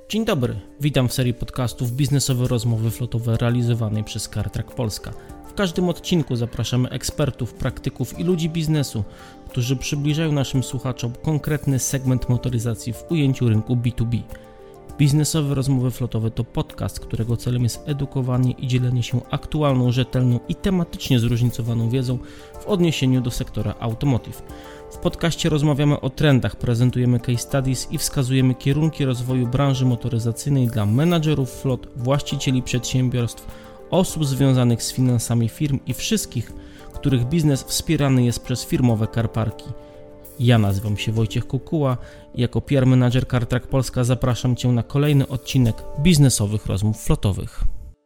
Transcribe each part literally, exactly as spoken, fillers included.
Dzień dobry, witam w serii podcastów Biznesowe Rozmowy Flotowe realizowanej przez CarTrack Polska. W każdym odcinku zapraszamy ekspertów, praktyków i ludzi biznesu, którzy przybliżają naszym słuchaczom konkretny segment motoryzacji w ujęciu rynku B dwa B. Biznesowe Rozmowy Flotowe to podcast, którego celem jest edukowanie i dzielenie się aktualną, rzetelną i tematycznie zróżnicowaną wiedzą w odniesieniu do sektora automotive. W podcaście rozmawiamy o trendach, prezentujemy case studies i wskazujemy kierunki rozwoju branży motoryzacyjnej dla menadżerów flot, właścicieli przedsiębiorstw, osób związanych z finansami firm i wszystkich, których biznes wspierany jest przez firmowe car-parki. Ja nazywam się Wojciech Kukuła i jako P R Manager CarTrack Polska zapraszam Cię na kolejny odcinek Biznesowych Rozmów Flotowych.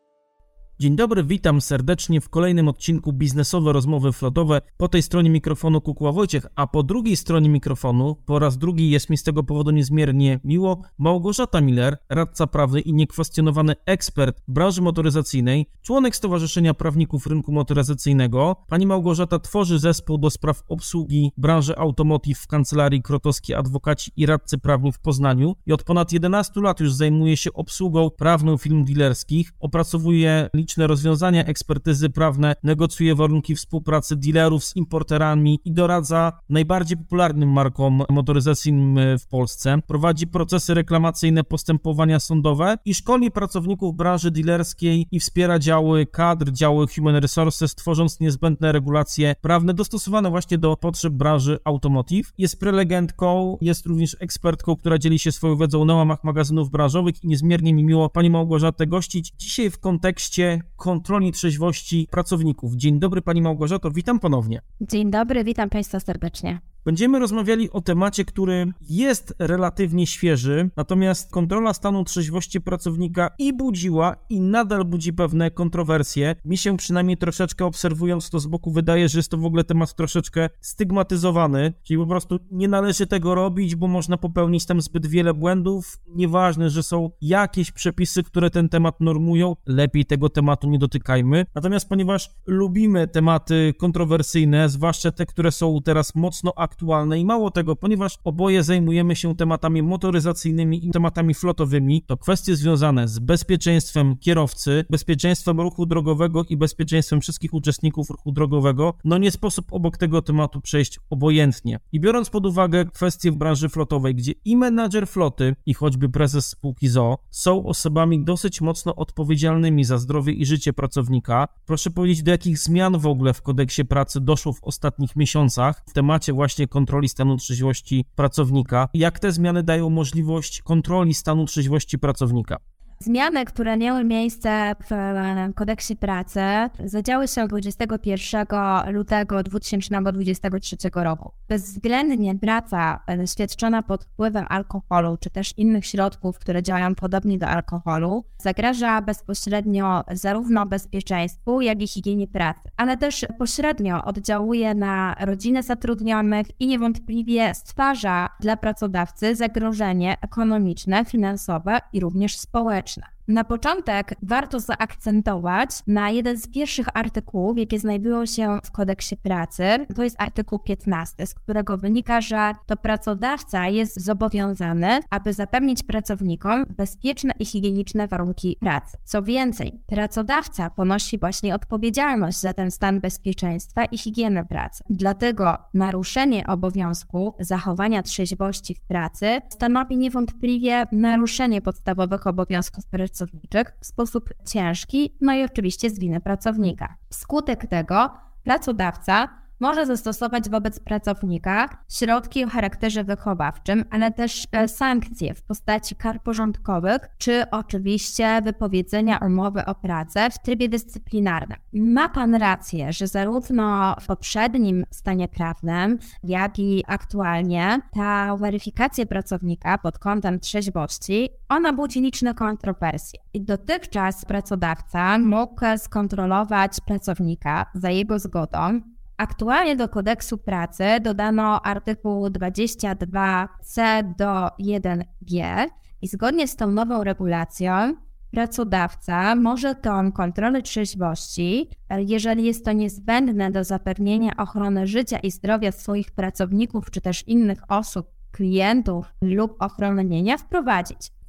Dzień dobry, witam serdecznie w kolejnym odcinku Biznesowe Rozmowy Flotowe. Po tej stronie mikrofonu Kukuła Wojciech, a po drugiej stronie mikrofonu, po raz drugi jest mi z tego powodu niezmiernie miło, Małgorzata Miller, radca prawny i niekwestionowany ekspert w branży motoryzacyjnej, członek Stowarzyszenia Prawników Rynku Motoryzacyjnego. Pani Małgorzata tworzy zespół do spraw obsługi branży automotive w Kancelarii Krotowskiej Adwokaci i Radcy Prawni w Poznaniu i od ponad jedenastu lat już zajmuje się obsługą prawną firm dealerskich, opracowuje liczne rozwiązania, ekspertyzy prawne, negocjuje warunki współpracy dealerów z importerami i doradza najbardziej popularnym markom motoryzacyjnym w Polsce. Prowadzi procesy reklamacyjne, postępowania sądowe i szkoli pracowników branży dealerskiej i wspiera działy kadr, działy Human Resources, tworząc niezbędne regulacje prawne dostosowane właśnie do potrzeb branży automotive. Jest prelegentką, jest również ekspertką, która dzieli się swoją wiedzą na łamach magazynów branżowych i niezmiernie mi miło Pani Małgorzatę gościć dzisiaj w kontekście kontroli trzeźwości pracowników. Dzień dobry Pani Małgorzato, witam ponownie. Dzień dobry, witam Państwa serdecznie. Będziemy rozmawiali o temacie, który jest relatywnie świeży, natomiast kontrola stanu trzeźwości pracownika i budziła i nadal budzi pewne kontrowersje. Mi się przynajmniej troszeczkę obserwując to z boku wydaje, że jest to w ogóle temat troszeczkę stygmatyzowany, czyli po prostu nie należy tego robić, bo można popełnić tam zbyt wiele błędów. Nieważne, że są jakieś przepisy, które ten temat normują, lepiej tego tematu nie dotykajmy. Natomiast ponieważ lubimy tematy kontrowersyjne, zwłaszcza te, które są teraz mocno aktualne, aktualne i mało tego, ponieważ oboje zajmujemy się tematami motoryzacyjnymi i tematami flotowymi, to kwestie związane z bezpieczeństwem kierowcy, bezpieczeństwem ruchu drogowego i bezpieczeństwem wszystkich uczestników ruchu drogowego, no nie sposób obok tego tematu przejść obojętnie. I biorąc pod uwagę kwestie w branży flotowej, gdzie i menadżer floty, i choćby prezes spółki z o o są osobami dosyć mocno odpowiedzialnymi za zdrowie i życie pracownika, proszę powiedzieć, do jakich zmian w ogóle w kodeksie pracy doszło w ostatnich miesiącach w temacie właśnie kontroli stanu trzeźwości pracownika. Jak te zmiany dają możliwość kontroli stanu trzeźwości pracownika? Zmiany, które miały miejsce w kodeksie pracy, zadziały się dwudziestego pierwszego lutego dwa tysiące dwudziestego trzeciego roku. Bezwzględnie praca świadczona pod wpływem alkoholu, czy też innych środków, które działają podobnie do alkoholu, zagraża bezpośrednio zarówno bezpieczeństwu, jak i higienie pracy, ale też pośrednio oddziałuje na rodzinę zatrudnionych i niewątpliwie stwarza dla pracodawcy zagrożenie ekonomiczne, finansowe i również społeczne. Na początek warto zaakcentować na jeden z pierwszych artykułów, jakie znajdują się w kodeksie pracy. To jest artykuł piętnasty, z którego wynika, że to pracodawca jest zobowiązany, aby zapewnić pracownikom bezpieczne i higieniczne warunki pracy. Co więcej, pracodawca ponosi właśnie odpowiedzialność za ten stan bezpieczeństwa i higieny pracy. Dlatego naruszenie obowiązku zachowania trzeźwości w pracy stanowi niewątpliwie naruszenie podstawowych obowiązków pracowniczych w sposób ciężki, no i oczywiście z winy pracownika. Wskutek tego pracodawca może zastosować wobec pracownika środki o charakterze wychowawczym, ale też sankcje w postaci kar porządkowych, czy oczywiście wypowiedzenia umowy o pracę w trybie dyscyplinarnym. Ma Pan rację, że zarówno w poprzednim stanie prawnym, jak i aktualnie ta weryfikacja pracownika pod kątem trzeźwości, ona budzi liczne kontrowersje. I dotychczas pracodawca mógł skontrolować pracownika za jego zgodą. Aktualnie do kodeksu pracy dodano artykuł dwadzieścia dwa c do jeden g i zgodnie z tą nową regulacją pracodawca może tę kontrolę trzeźwości, jeżeli jest to niezbędne do zapewnienia ochrony życia i zdrowia swoich pracowników czy też innych osób, klientów lub ochrony mienia, wprowadzić.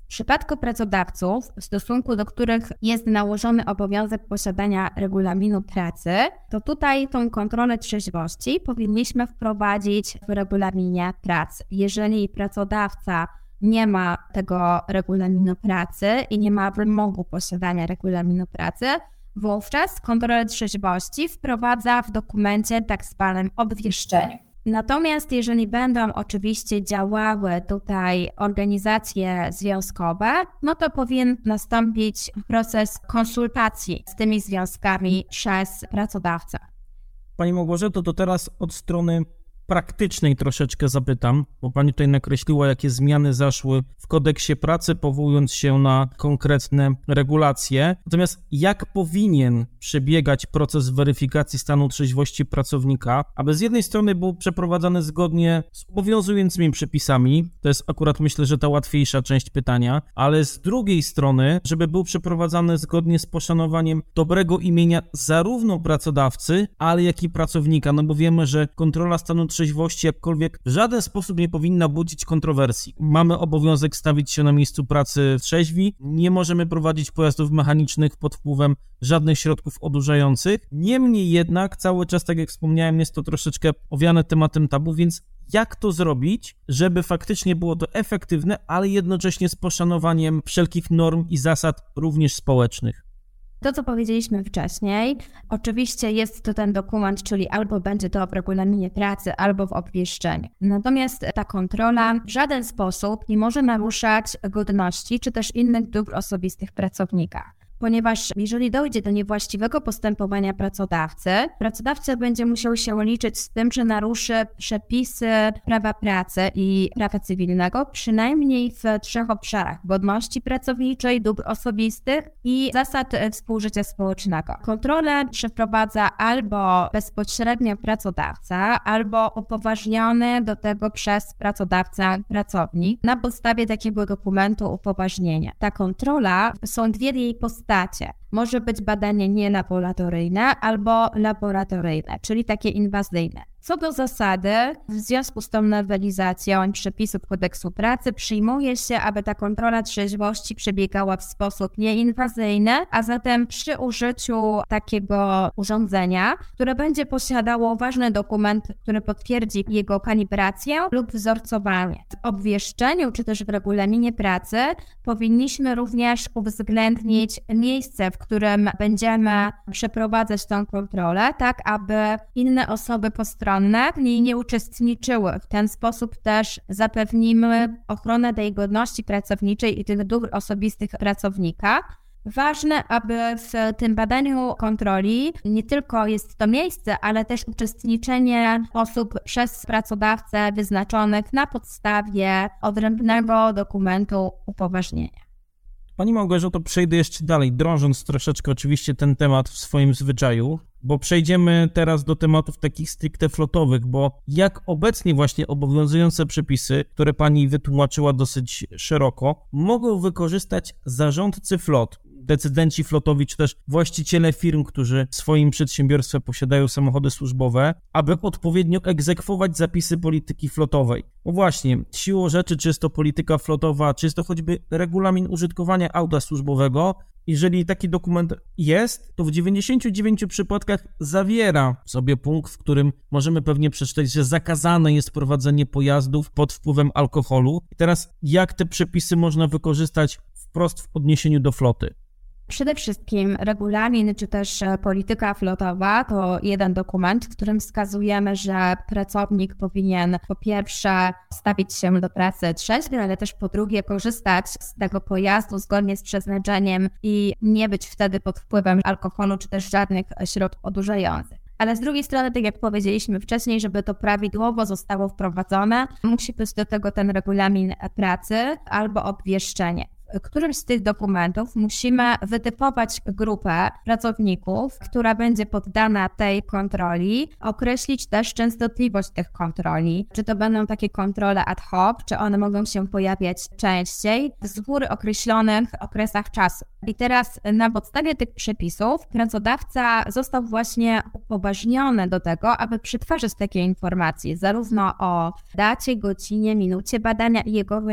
W przypadku pracodawców, w stosunku do których jest nałożony obowiązek posiadania regulaminu pracy, to tutaj tą kontrolę trzeźwości powinniśmy wprowadzić w regulaminie pracy. Jeżeli pracodawca nie ma tego regulaminu pracy i nie ma wymogu posiadania regulaminu pracy, wówczas kontrolę trzeźwości wprowadza w dokumencie tak zwanym obwieszczeniu. Natomiast jeżeli będą oczywiście działały tutaj organizacje związkowe, no to powinien nastąpić proces konsultacji z tymi związkami przez pracodawcę. Pani Małgorzato, to teraz od strony praktycznej troszeczkę zapytam, bo Pani tutaj nakreśliła, jakie zmiany zaszły w kodeksie pracy, powołując się na konkretne regulacje. Natomiast jak powinien przebiegać proces weryfikacji stanu trzeźwości pracownika, aby z jednej strony był przeprowadzany zgodnie z obowiązującymi przepisami, to jest akurat myślę, że ta łatwiejsza część pytania, ale z drugiej strony, żeby był przeprowadzany zgodnie z poszanowaniem dobrego imienia zarówno pracodawcy, ale jak i pracownika, no bo wiemy, że kontrola stanu trzeźwości jakkolwiek w żaden sposób nie powinna budzić kontrowersji. Mamy obowiązek stawić się na miejscu pracy trzeźwi, nie możemy prowadzić pojazdów mechanicznych pod wpływem żadnych środków odurzających. Niemniej jednak cały czas, tak jak wspomniałem, jest to troszeczkę owiane tematem tabu, więc jak to zrobić, żeby faktycznie było to efektywne, ale jednocześnie z poszanowaniem wszelkich norm i zasad również społecznych? To, co powiedzieliśmy wcześniej, oczywiście jest to ten dokument, czyli albo będzie to w regulaminie pracy, albo w obwieszczeniu. Natomiast ta kontrola w żaden sposób nie może naruszać godności czy też innych dóbr osobistych pracownika. Ponieważ jeżeli dojdzie do niewłaściwego postępowania pracodawcy, pracodawca będzie musiał się liczyć z tym, że naruszy przepisy prawa pracy i prawa cywilnego przynajmniej w trzech obszarach: godności pracowniczej, dóbr osobistych i zasad współżycia społecznego. Kontrolę przeprowadza albo bezpośrednio pracodawca, albo upoważniony do tego przez pracodawcę pracownik na podstawie takiego dokumentu upoważnienia. Ta kontrola, są dwie jej postacie. Może być badanie nielaboratoryjne albo laboratoryjne, czyli takie inwazyjne. Co do zasady, w związku z tą nowelizacją przepisów kodeksu pracy przyjmuje się, aby ta kontrola trzeźwości przebiegała w sposób nieinwazyjny, a zatem przy użyciu takiego urządzenia, które będzie posiadało ważny dokument, który potwierdzi jego kalibrację lub wzorcowanie. W obwieszczeniu czy też w regulaminie pracy powinniśmy również uwzględnić miejsce, w którym będziemy przeprowadzać tę kontrolę, tak aby inne osoby postronne w niej nie uczestniczyły. W ten sposób też zapewnimy ochronę tej godności pracowniczej i tych dóbr osobistych pracownika. Ważne, aby w tym badaniu kontroli nie tylko jest to miejsce, ale też uczestniczenie osób przez pracodawcę wyznaczonych na podstawie odrębnego dokumentu upoważnienia. Pani Małgorzato, przejdę jeszcze dalej, drążąc troszeczkę oczywiście ten temat w swoim zwyczaju, bo przejdziemy teraz do tematów takich stricte flotowych, bo jak obecnie właśnie obowiązujące przepisy, które Pani wytłumaczyła dosyć szeroko, mogą wykorzystać zarządcy flot, decydenci flotowi, czy też właściciele firm, którzy w swoim przedsiębiorstwie posiadają samochody służbowe, aby odpowiednio egzekwować zapisy polityki flotowej. No właśnie, siłą rzeczy, czy jest to polityka flotowa, czy jest to choćby regulamin użytkowania auta służbowego, jeżeli taki dokument jest, to w dziewięćdziesięciu dziewięciu przypadkach zawiera w sobie punkt, w którym możemy pewnie przeczytać, że zakazane jest prowadzenie pojazdów pod wpływem alkoholu. I teraz jak te przepisy można wykorzystać wprost w odniesieniu do floty? Przede wszystkim regulamin czy też polityka flotowa to jeden dokument, w którym wskazujemy, że pracownik powinien po pierwsze stawić się do pracy trzeźwy, ale też po drugie korzystać z tego pojazdu zgodnie z przeznaczeniem i nie być wtedy pod wpływem alkoholu czy też żadnych środków odurzających. Ale z drugiej strony, tak jak powiedzieliśmy wcześniej, żeby to prawidłowo zostało wprowadzone, musi być do tego ten regulamin pracy albo obwieszczenie. W którymś z tych dokumentów musimy wytypować grupę pracowników, która będzie poddana tej kontroli, określić też częstotliwość tych kontroli. Czy to będą takie kontrole ad hoc, czy one mogą się pojawiać częściej w z góry określonych okresach czasu. I teraz na podstawie tych przepisów pracodawca został właśnie upoważniony do tego, aby przetwarzać takie informacje zarówno o dacie, godzinie, minucie badania i jego wyniku.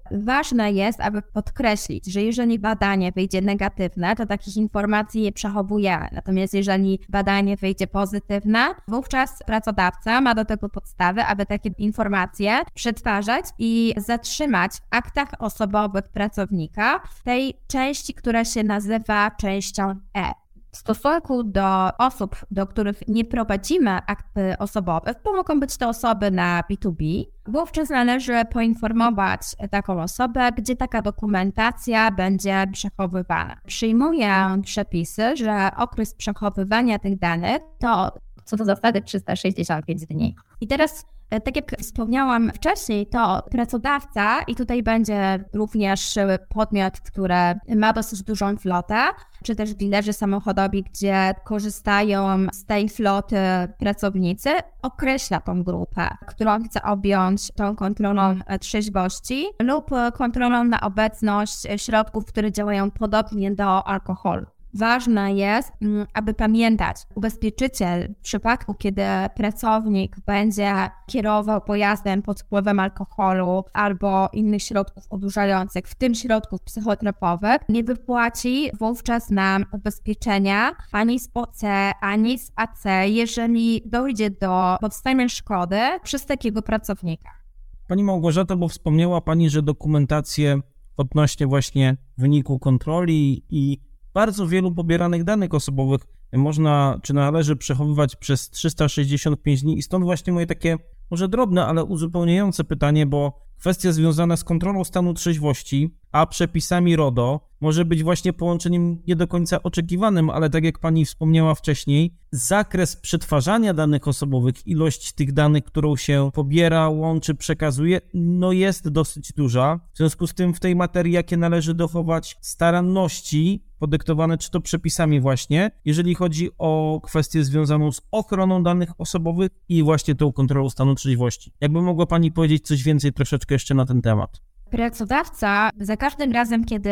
Ważne jest, aby podkreślić, że jeżeli badanie wyjdzie negatywne, to takich informacji nie przechowujemy. Natomiast jeżeli badanie wyjdzie pozytywne, wówczas pracodawca ma do tego podstawy, aby takie informacje przetwarzać i zatrzymać w aktach osobowych pracownika tej części, która się nazywa częścią E. W stosunku do osób, do których nie prowadzimy akt osobowych, to mogą być to osoby na B dwa B, wówczas należy poinformować taką osobę, gdzie taka dokumentacja będzie przechowywana. Przyjmuję przepisy, że okres przechowywania tych danych to co do zasady trzysta sześćdziesiąt pięć dni. I teraz, tak jak wspomniałam wcześniej, to pracodawca i tutaj będzie również podmiot, który ma dosyć dużą flotę, czy też dealerzy samochodowi, gdzie korzystają z tej floty pracownicy, określa tą grupę, którą chce objąć tą kontrolą trzeźwości lub kontrolą na obecność środków, które działają podobnie do alkoholu. Ważne jest, aby pamiętać, ubezpieczyciel w przypadku, kiedy pracownik będzie kierował pojazdem pod wpływem alkoholu albo innych środków odurzających, w tym środków psychotropowych, nie wypłaci wówczas nam ubezpieczenia ani z O C, ani z A C, jeżeli dojdzie do powstania szkody przez takiego pracownika. Pani Małgorzata, bo wspomniała Pani, że dokumentację odnośnie właśnie wyniku kontroli i bardzo wielu pobieranych danych osobowych można, czy należy przechowywać przez trzysta sześćdziesiąt pięć dni i stąd właśnie moje takie może drobne, ale uzupełniające pytanie, bo kwestia związana z kontrolą stanu trzeźwości, a przepisami RODO może być właśnie połączeniem nie do końca oczekiwanym, ale tak jak Pani wspomniała wcześniej, zakres przetwarzania danych osobowych, ilość tych danych, którą się pobiera, łączy, przekazuje, no jest dosyć duża. W związku z tym w tej materii, jakie należy dochować staranności, podyktowane czy to przepisami właśnie, jeżeli chodzi o kwestię związaną z ochroną danych osobowych i właśnie tą kontrolą stanu trzeźwości. Jakby mogła Pani powiedzieć coś więcej troszeczkę jeszcze na ten temat? Pracodawca za każdym razem, kiedy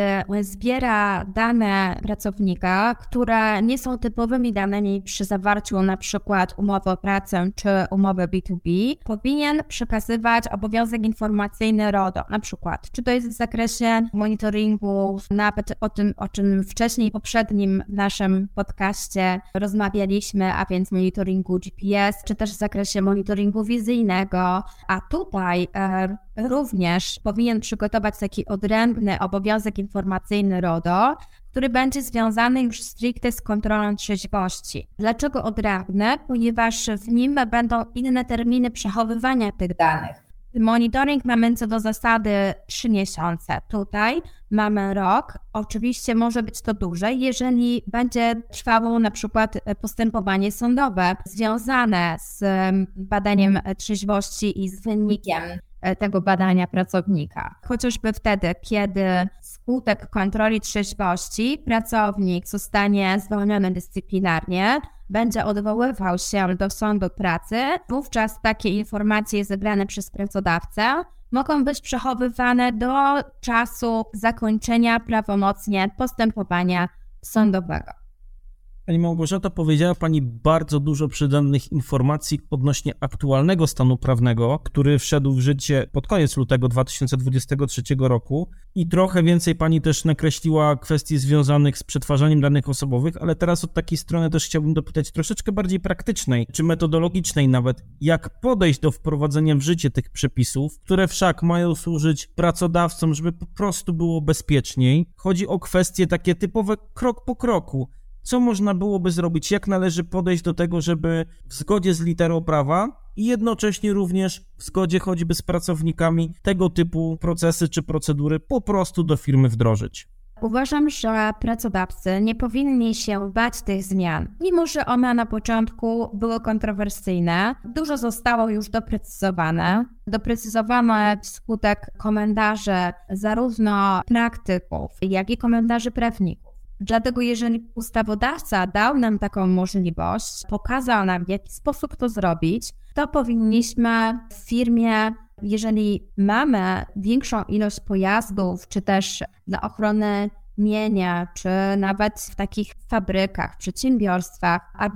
zbiera dane pracownika, które nie są typowymi danymi przy zawarciu na przykład umowy o pracę czy umowy B dwa B, powinien przekazywać obowiązek informacyjny RODO. Na przykład, czy to jest w zakresie monitoringu, nawet o tym, o czym wcześniej, w poprzednim naszym podcaście rozmawialiśmy, a więc monitoringu G P S, czy też w zakresie monitoringu wizyjnego, a tutaj e, również powinien przygotować taki odrębny obowiązek informacyjny RODO, który będzie związany już stricte z kontrolą trzeźwości. Dlaczego odrębny? Ponieważ w nim będą inne terminy przechowywania tych danych. Monitoring mamy co do zasady trzy miesiące. Tutaj mamy rok. Oczywiście może być to dłużej, jeżeli będzie trwało na przykład postępowanie sądowe związane z badaniem trzeźwości i z wynikiem tego badania pracownika. Chociażby wtedy, kiedy wskutek kontroli trzeźwości pracownik zostanie zwolniony dyscyplinarnie, będzie odwoływał się do sądu pracy, wówczas takie informacje zebrane przez pracodawcę mogą być przechowywane do czasu zakończenia prawomocnie postępowania sądowego. Pani Małgorzata, powiedziała Pani bardzo dużo przydatnych informacji odnośnie aktualnego stanu prawnego, który wszedł w życie pod koniec lutego dwa tysiące dwudziestego trzeciego roku i trochę więcej Pani też nakreśliła kwestii związanych z przetwarzaniem danych osobowych, ale teraz od takiej strony też chciałbym dopytać troszeczkę bardziej praktycznej, czy metodologicznej nawet, jak podejść do wprowadzenia w życie tych przepisów, które wszak mają służyć pracodawcom, żeby po prostu było bezpieczniej. Chodzi o kwestie takie typowe krok po kroku. Co można byłoby zrobić, jak należy podejść do tego, żeby w zgodzie z literą prawa i jednocześnie również w zgodzie choćby z pracownikami tego typu procesy czy procedury po prostu do firmy wdrożyć? Uważam, że pracodawcy nie powinni się bać tych zmian, mimo że one na początku były kontrowersyjne. Dużo zostało już doprecyzowane. Doprecyzowane wskutek komentarzy zarówno praktyków, jak i komentarzy prawników. Dlatego jeżeli ustawodawca dał nam taką możliwość, pokazał nam, w jaki sposób to zrobić, to powinniśmy w firmie, jeżeli mamy większą ilość pojazdów, czy też dla ochrony mienia, czy nawet w takich fabrykach, przedsiębiorstwach, aby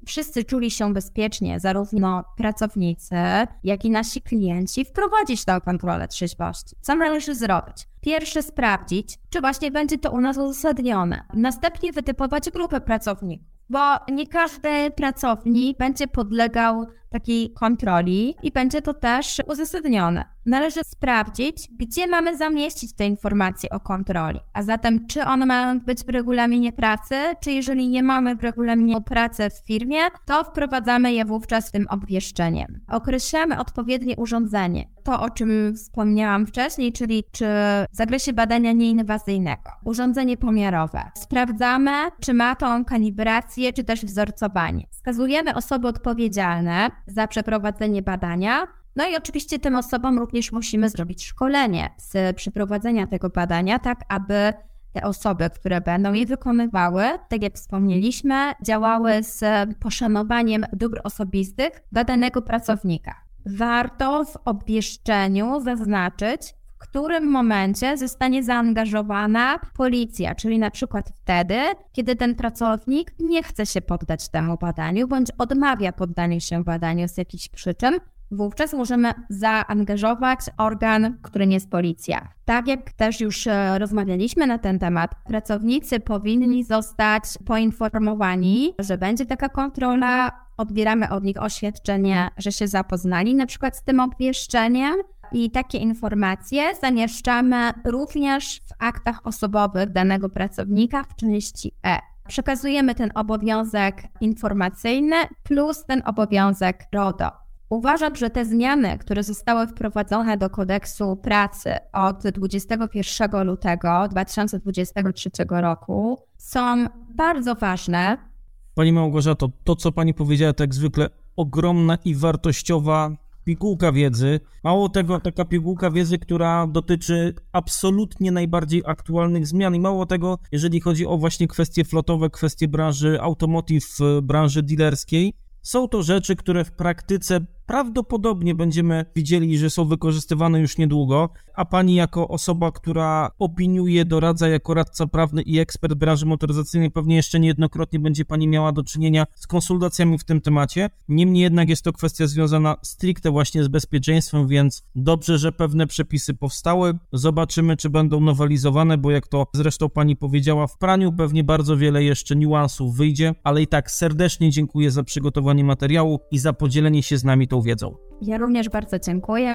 wszyscy czuli się bezpiecznie, zarówno pracownicy, jak i nasi klienci, wprowadzić tę kontrolę trzeźwości. Co należy zrobić? Pierwsze sprawdzić, czy właśnie będzie to u nas uzasadnione. Następnie wytypować grupę pracowników, bo nie każdy pracownik będzie podlegał takiej kontroli i będzie to też uzasadnione. Należy sprawdzić, gdzie mamy zamieścić te informacje o kontroli, a zatem czy one mają być w regulaminie pracy, czy jeżeli nie mamy w regulaminie pracy w firmie, to wprowadzamy je wówczas tym obwieszczeniem. Określamy odpowiednie urządzenie. To, o czym wspomniałam wcześniej, czyli czy w zakresie badania nieinwazyjnego. Urządzenie pomiarowe. Sprawdzamy, czy ma tą kalibrację, czy też wzorcowanie. Wskazujemy osoby odpowiedzialne za przeprowadzenie badania. No i oczywiście tym osobom również musimy zrobić szkolenie z przeprowadzenia tego badania, tak aby te osoby, które będą je wykonywały, tak jak wspomnieliśmy, działały z poszanowaniem dóbr osobistych badanego pracownika. Warto w obwieszczeniu zaznaczyć, w którym momencie zostanie zaangażowana policja, czyli na przykład wtedy, kiedy ten pracownik nie chce się poddać temu badaniu, bądź odmawia poddania się badaniu z jakichś przyczyn, wówczas możemy zaangażować organ, którym jest policja. Tak jak też już rozmawialiśmy na ten temat, pracownicy powinni zostać poinformowani, że będzie taka kontrola, odbieramy od nich oświadczenie, że się zapoznali na przykład z tym obwieszczeniem i takie informacje zamieszczamy również w aktach osobowych danego pracownika w części E. Przekazujemy ten obowiązek informacyjny plus ten obowiązek RODO. Uważam, że te zmiany, które zostały wprowadzone do kodeksu pracy od dwudziestego pierwszego lutego dwa tysiące dwudziestego trzeciego roku są bardzo ważne. Pani Małgorzato, to co Pani powiedziała, to jak zwykle ogromna i wartościowa pigułka wiedzy. Mało tego, taka pigułka wiedzy, która dotyczy absolutnie najbardziej aktualnych zmian i mało tego, jeżeli chodzi o właśnie kwestie flotowe, kwestie branży automotive, branży dealerskiej. Są to rzeczy, które w praktyce prawdopodobnie będziemy widzieli, że są wykorzystywane już niedługo, a Pani jako osoba, która opiniuje, doradza jako radca prawny i ekspert branży motoryzacyjnej, pewnie jeszcze niejednokrotnie będzie Pani miała do czynienia z konsultacjami w tym temacie. Niemniej jednak jest to kwestia związana stricte właśnie z bezpieczeństwem, więc dobrze, że pewne przepisy powstały. Zobaczymy, czy będą nowelizowane, bo jak to zresztą Pani powiedziała, w praniu pewnie bardzo wiele jeszcze niuansów wyjdzie, ale i tak serdecznie dziękuję za przygotowanie materiału i za podzielenie się z nami tą wiedzą. Ja również bardzo dziękuję.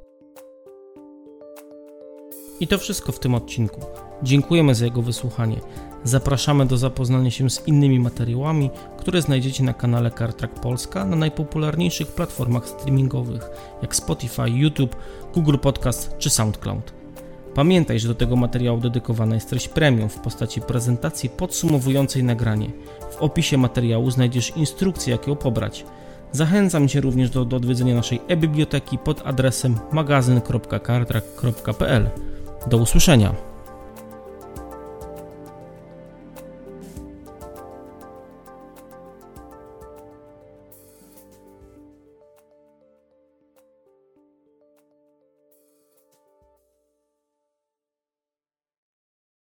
I to wszystko w tym odcinku. Dziękujemy za jego wysłuchanie. Zapraszamy do zapoznania się z innymi materiałami, które znajdziecie na kanale CarTrack Polska na najpopularniejszych platformach streamingowych jak Spotify, YouTube, Google Podcast czy SoundCloud. Pamiętaj, że do tego materiału dedykowana jest treść premium w postaci prezentacji podsumowującej nagranie. W opisie materiału znajdziesz instrukcję, jak ją pobrać. Zachęcam Cię również do, do odwiedzenia naszej e-biblioteki pod adresem magazyn kropka cartrack kropka p l. Do usłyszenia!